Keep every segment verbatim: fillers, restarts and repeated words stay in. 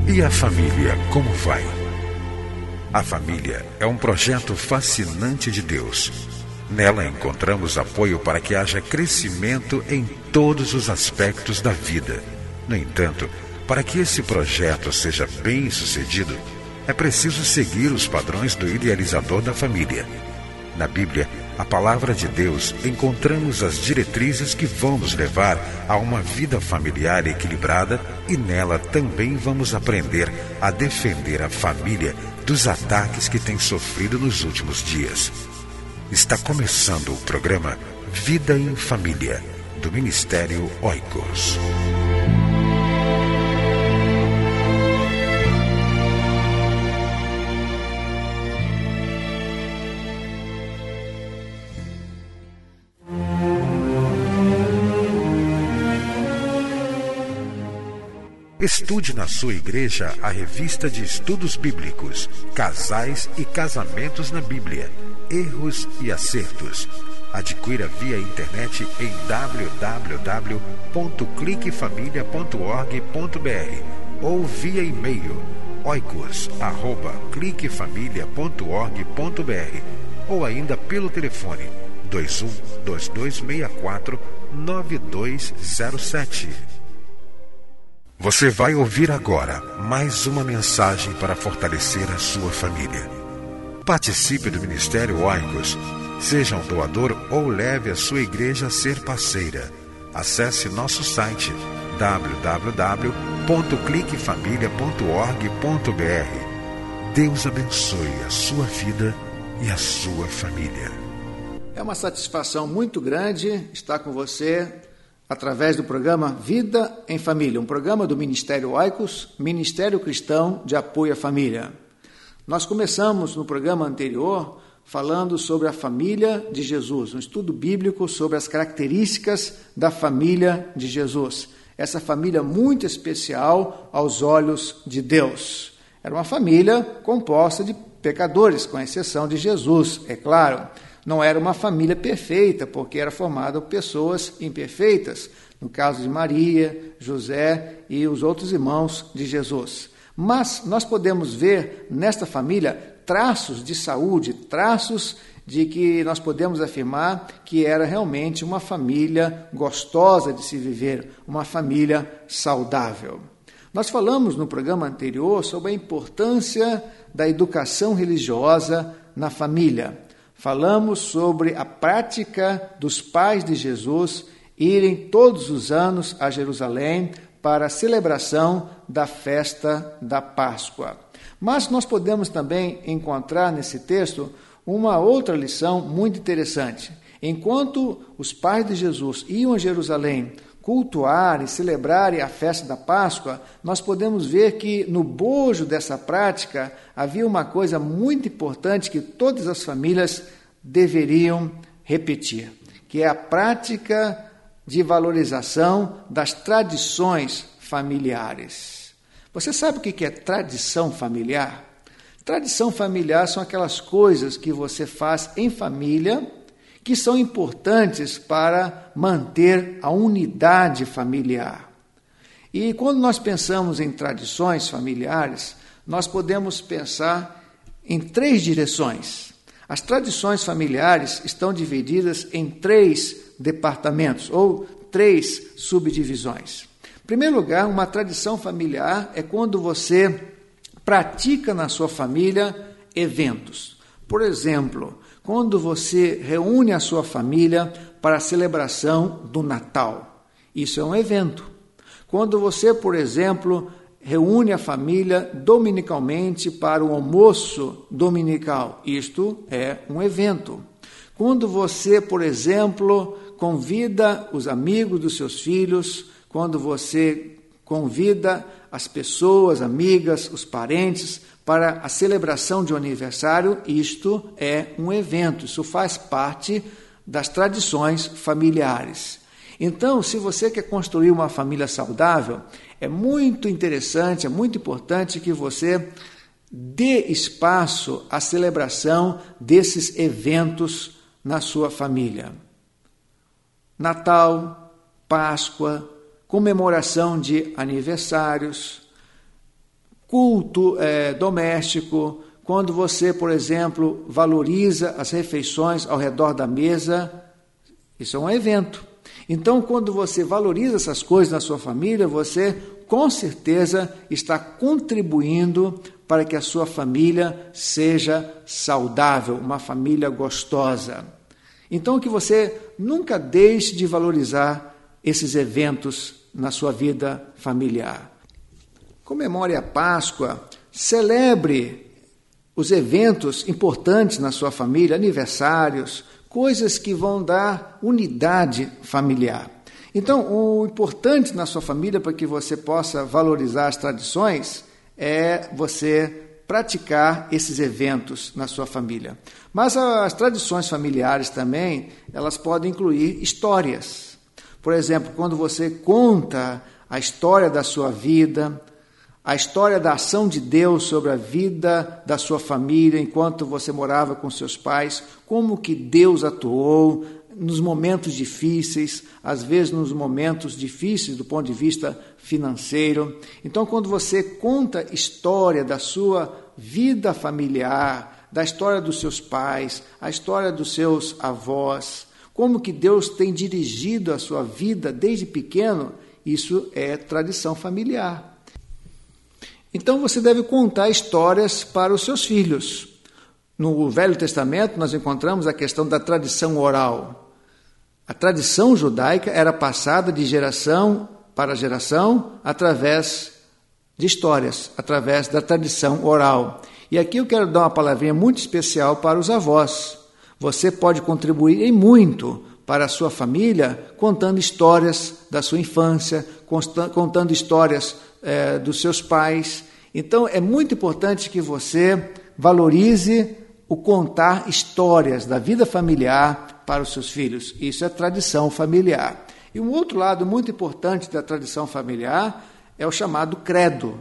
E a família, como vai? A família é um projeto fascinante de Deus. Nela encontramos apoio para que haja crescimento em todos os aspectos da vida. No entanto, para que esse projeto seja bem-sucedido, é preciso seguir os padrões do idealizador da família. Na Bíblia, a palavra de Deus, encontramos as diretrizes que vão nos levar a uma vida familiar equilibrada e nela também vamos aprender a defender a família dos ataques que tem sofrido nos últimos dias. Está começando o programa Vida em Família, do Ministério Oikos. Estude na sua igreja a revista de estudos bíblicos, Casais e Casamentos na Bíblia, Erros e Acertos. Adquira via internet em w w w ponto clique família ponto org ponto b r ou via e-mail oikos arroba clique família ponto org ponto b r ou ainda pelo telefone dois um dois dois seis quatro nove dois zero sete. Você vai ouvir agora mais uma mensagem para fortalecer a sua família. Participe do Ministério Oikos. Seja um doador ou leve a sua igreja a ser parceira. Acesse nosso site w w w ponto clique família ponto org ponto b r. Deus abençoe a sua vida e a sua família. É uma satisfação muito grande estar com você através do programa Vida em Família, um programa do Ministério Oikos, Ministério Cristão de Apoio à Família. Nós começamos no programa anterior falando sobre a família de Jesus, um estudo bíblico sobre as características da família de Jesus. Essa família muito especial aos olhos de Deus. Era uma família composta de pecadores, com exceção de Jesus, é claro. Não era uma família perfeita, porque era formada por pessoas imperfeitas, no caso de Maria, José e os outros irmãos de Jesus. Mas nós podemos ver nesta família traços de saúde, traços de que nós podemos afirmar que era realmente uma família gostosa de se viver, uma família saudável. Nós falamos no programa anterior sobre a importância da educação religiosa na família. Falamos sobre a prática dos pais de Jesus irem todos os anos a Jerusalém para a celebração da festa da Páscoa. Mas nós podemos também encontrar nesse texto uma outra lição muito interessante. Enquanto os pais de Jesus iam a Jerusalém cultuar e celebrar a festa da Páscoa, nós podemos ver que no bojo dessa prática havia uma coisa muito importante que todas as famílias deveriam repetir, que é a prática de valorização das tradições familiares. Você sabe o que é tradição familiar? Tradição familiar são aquelas coisas que você faz em família que são importantes para manter a unidade familiar. E quando nós pensamos em tradições familiares, nós podemos pensar em três direções. As tradições familiares estão divididas em três departamentos, ou três subdivisões. Em primeiro lugar, uma tradição familiar é quando você pratica na sua família eventos. Por exemplo, quando você reúne a sua família para a celebração do Natal. Isso é um evento. Quando você, por exemplo, reúne a família dominicalmente para o almoço dominical. Isto é um evento. Quando você, por exemplo, convida os amigos dos seus filhos, quando você convida as pessoas, amigas, os parentes, para a celebração de um aniversário, isto é um evento, isso faz parte das tradições familiares. Então, se você quer construir uma família saudável, é muito interessante, é muito importante que você dê espaço à celebração desses eventos na sua família. Natal, Páscoa, comemoração de aniversários, culto é, doméstico, quando você, por exemplo, valoriza as refeições ao redor da mesa, isso é um evento. Então, quando você valoriza essas coisas na sua família, você com certeza está contribuindo para que a sua família seja saudável, uma família gostosa. Então, que você nunca deixe de valorizar esses eventos na sua vida familiar. Comemore a Páscoa, celebre os eventos importantes na sua família, aniversários, coisas que vão dar unidade familiar. Então, o importante na sua família para que você possa valorizar as tradições é você praticar esses eventos na sua família. Mas as tradições familiares também, elas podem incluir histórias. Por exemplo, quando você conta a história da sua vida, a história da ação de Deus sobre a vida da sua família enquanto você morava com seus pais, como que Deus atuou nos momentos difíceis, às vezes nos momentos difíceis do ponto de vista financeiro. Então, quando você conta a história da sua vida familiar, da história dos seus pais, a história dos seus avós, como que Deus tem dirigido a sua vida desde pequeno, isso é tradição familiar. Então, você deve contar histórias para os seus filhos. No Velho Testamento, nós encontramos a questão da tradição oral. A tradição judaica era passada de geração para geração através de histórias, através da tradição oral. E aqui eu quero dar uma palavrinha muito especial para os avós. Você pode contribuir em muito para a sua família contando histórias da sua infância, contando histórias é, dos seus pais. Então, é muito importante que você valorize o contar histórias da vida familiar para os seus filhos. Isso é tradição familiar. E um outro lado muito importante da tradição familiar é o chamado credo.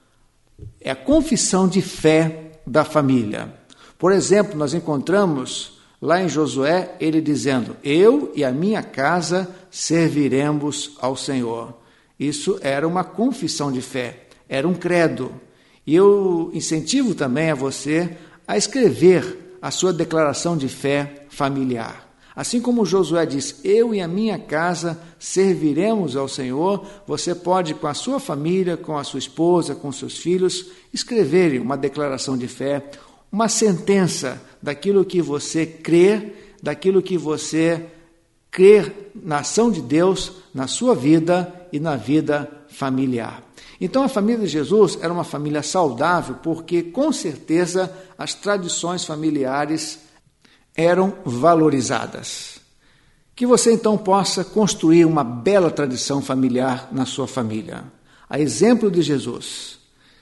É a confissão de fé da família. Por exemplo, nós encontramos lá em Josué ele dizendo: eu e a minha casa serviremos ao Senhor. Isso era uma confissão de fé, era um credo. E eu incentivo também a você a escrever a sua declaração de fé familiar. Assim como Josué diz, eu e a minha casa serviremos ao Senhor, você pode, com a sua família, com a sua esposa, com seus filhos, escreverem uma declaração de fé, uma sentença daquilo que você crê, daquilo que você crê na ação de Deus, na sua vida e na vida familiar. Então, a família de Jesus era uma família saudável, porque, com certeza, as tradições familiares eram valorizadas. Que você, então, possa construir uma bela tradição familiar na sua família. A exemplo de Jesus,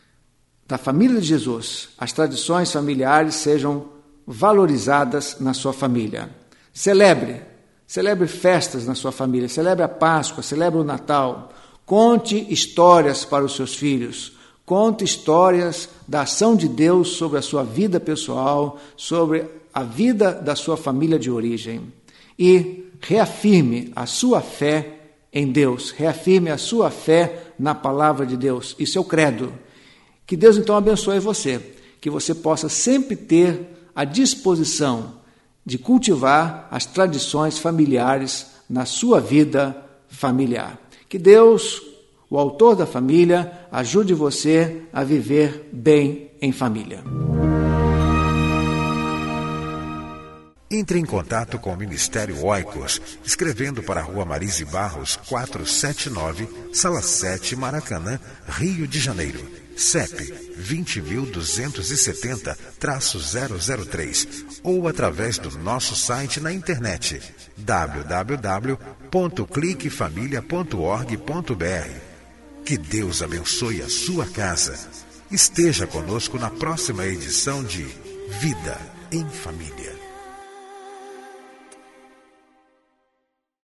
da família de Jesus, as tradições familiares sejam valorizadas na sua família. Celebre, celebre festas na sua família, celebre a Páscoa, celebre o Natal. Conte histórias para os seus filhos, conte histórias da ação de Deus sobre a sua vida pessoal, sobre a vida da sua família de origem. E reafirme a sua fé em Deus, reafirme a sua fé na palavra de Deus. Isso é o credo. Que Deus então abençoe você, que você possa sempre ter a disposição de cultivar as tradições familiares na sua vida familiar. Que Deus, o autor da família, ajude você a viver bem em família. Entre em contato com o Ministério Oikos, escrevendo para a Rua Marise Barros, quatrocentos e setenta e nove, Sala sete, Maracanã, Rio de Janeiro. C E P vinte mil duzentos e setenta, zero zero três ou através do nosso site na internet w w w ponto clique família ponto org ponto b r. Que Deus abençoe a sua casa. Esteja conosco na próxima edição de Vida em Família.